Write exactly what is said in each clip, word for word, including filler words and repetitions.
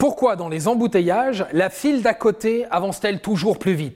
Pourquoi dans les embouteillages, la file d'à côté avance-t-elle toujours plus vite ?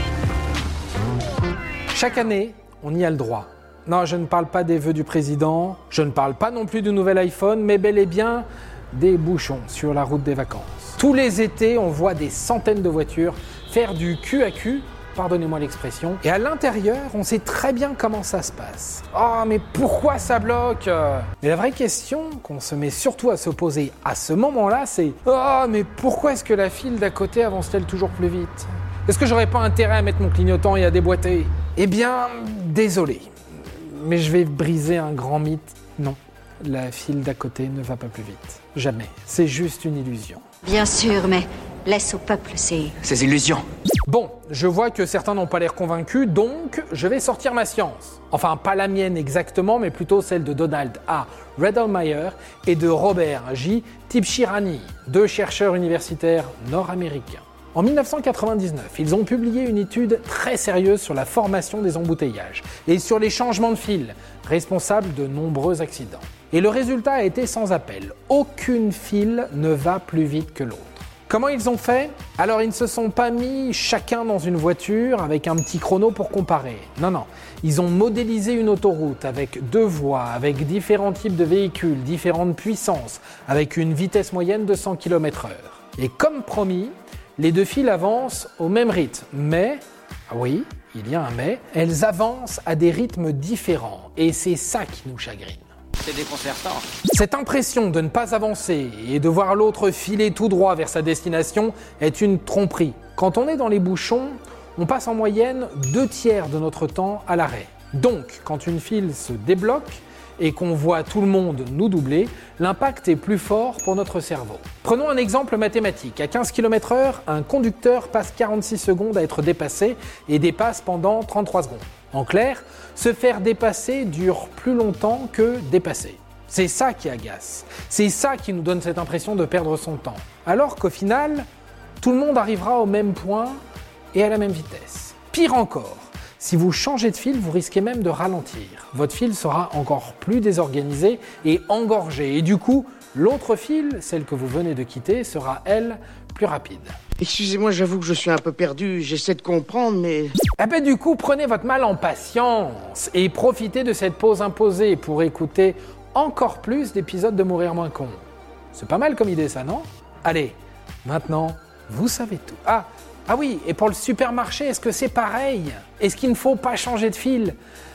Chaque année, on y a le droit. Non, je ne parle pas des vœux du président, je ne parle pas non plus du nouvel iPhone, mais bel et bien des bouchons sur la route des vacances. Tous les étés, on voit des centaines de voitures faire du cul à cul, pardonnez-moi l'expression, et à l'intérieur, on sait très bien comment ça se passe. Oh, mais pourquoi ça bloque ? Mais la vraie question qu'on se met surtout à se poser à ce moment-là, c'est « Oh, mais pourquoi est-ce que la file d'à côté avance-t-elle toujours plus vite ? Est-ce que j'aurais pas intérêt à mettre mon clignotant et à déboîter ?» Eh bien, désolé, mais je vais briser un grand mythe. Non, la file d'à côté ne va pas plus vite. Jamais. C'est juste une illusion. Bien sûr, mais laisse au peuple ses... Ces illusions. Bon, je vois que certains n'ont pas l'air convaincus, donc je vais sortir ma science. Enfin, pas la mienne exactement, mais plutôt celle de Donald A. Riedlmayer et de Robert J. Tibshirani, deux chercheurs universitaires nord-américains. En dix-neuf cent quatre-vingt-dix-neuf, ils ont publié une étude très sérieuse sur la formation des embouteillages et sur les changements de fil, responsables de nombreux accidents. Et le résultat a été sans appel. Aucune file ne va plus vite que l'autre. Comment ils ont fait ? Alors ils ne se sont pas mis chacun dans une voiture avec un petit chrono pour comparer. Non, non. Ils ont modélisé une autoroute avec deux voies, avec différents types de véhicules, différentes puissances, avec une vitesse moyenne de cent kilomètres heure. Et comme promis, les deux files avancent au même rythme, mais, ah oui, il y a un mais, elles avancent à des rythmes différents. Et c'est ça qui nous chagrine. C'est déconcertant. Cette impression de ne pas avancer et de voir l'autre filer tout droit vers sa destination est une tromperie. Quand on est dans les bouchons, on passe en moyenne deux tiers de notre temps à l'arrêt. Donc, quand une file se débloque et qu'on voit tout le monde nous doubler, l'impact est plus fort pour notre cerveau. Prenons un exemple mathématique. À quinze kilomètres heure, un conducteur passe quarante-six secondes à être dépassé et dépasse pendant trente-trois secondes. En clair, se faire dépasser dure plus longtemps que dépasser. C'est ça qui agace. C'est ça qui nous donne cette impression de perdre son temps. Alors qu'au final, tout le monde arrivera au même point et à la même vitesse. Pire encore, si vous changez de fil, vous risquez même de ralentir. Votre fil sera encore plus désorganisé et engorgé. Et du coup, l'autre file, celle que vous venez de quitter, sera, elle, plus rapide. Excusez-moi, j'avoue que je suis un peu perdu, j'essaie de comprendre, mais... Eh ben du coup, prenez votre mal en patience et profitez de cette pause imposée pour écouter encore plus d'épisodes de Mourir moins con. C'est pas mal comme idée ça, non ? Allez, maintenant, vous savez tout. Ah, ah oui, et pour le supermarché, est-ce que c'est pareil ? Est-ce qu'il ne faut pas changer de fil ?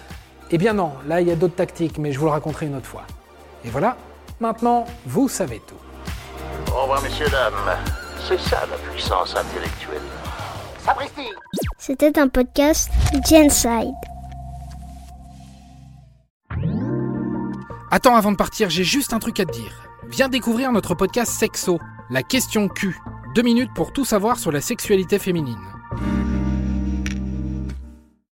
Eh bien non, là il y a d'autres tactiques, mais je vous le raconterai une autre fois. Et voilà, maintenant, vous savez tout. Au revoir, messieurs, dames. C'est ça la puissance intellectuelle. Sapristi ! C'était un podcast Genside. Attends, avant de partir, j'ai juste un truc à te dire. Viens découvrir notre podcast Sexo, la question Q. Deux minutes pour tout savoir sur la sexualité féminine.